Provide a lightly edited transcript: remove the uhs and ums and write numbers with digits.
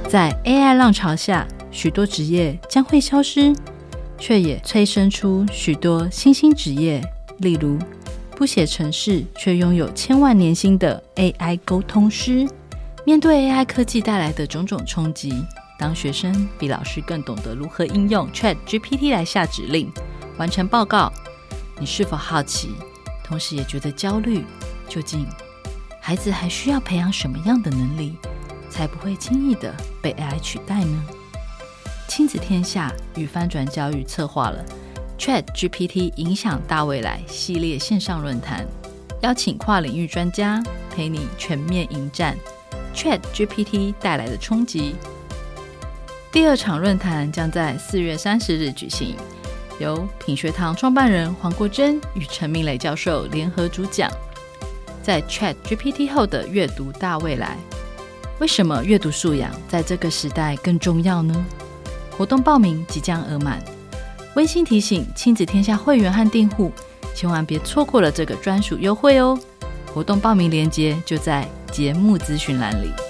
在 AI 浪潮下，许多职业将会消失，却也催生出许多新兴职业，例如不写程式却拥有千万年薪的 AI 沟通师。面对 AI 科技带来的种种冲击，当学生比老师更懂得如何应用 ChatGPT 来下指令、完成报告，你是否好奇，同时也觉得焦虑？究竟孩子还需要培养什么样的能力，才不会轻易的被 AI 取代呢？亲子天下与翻转教育策划了 ChatGPT 影响大未来系列线上论坛，邀请跨领域专家陪你全面迎战 ChatGPT 带来的冲击。第2场论坛将在4月30日举行，由品学堂创办人黄国珍与陈明磊教授联合主讲。在 ChatGPT 后的阅读大未来，为什么阅读素养在这个时代更重要呢？活动报名即将额满，温馨提醒亲子天下会员和订户，千万别错过了这个专属优惠哦！活动报名链接就在节目资讯栏里。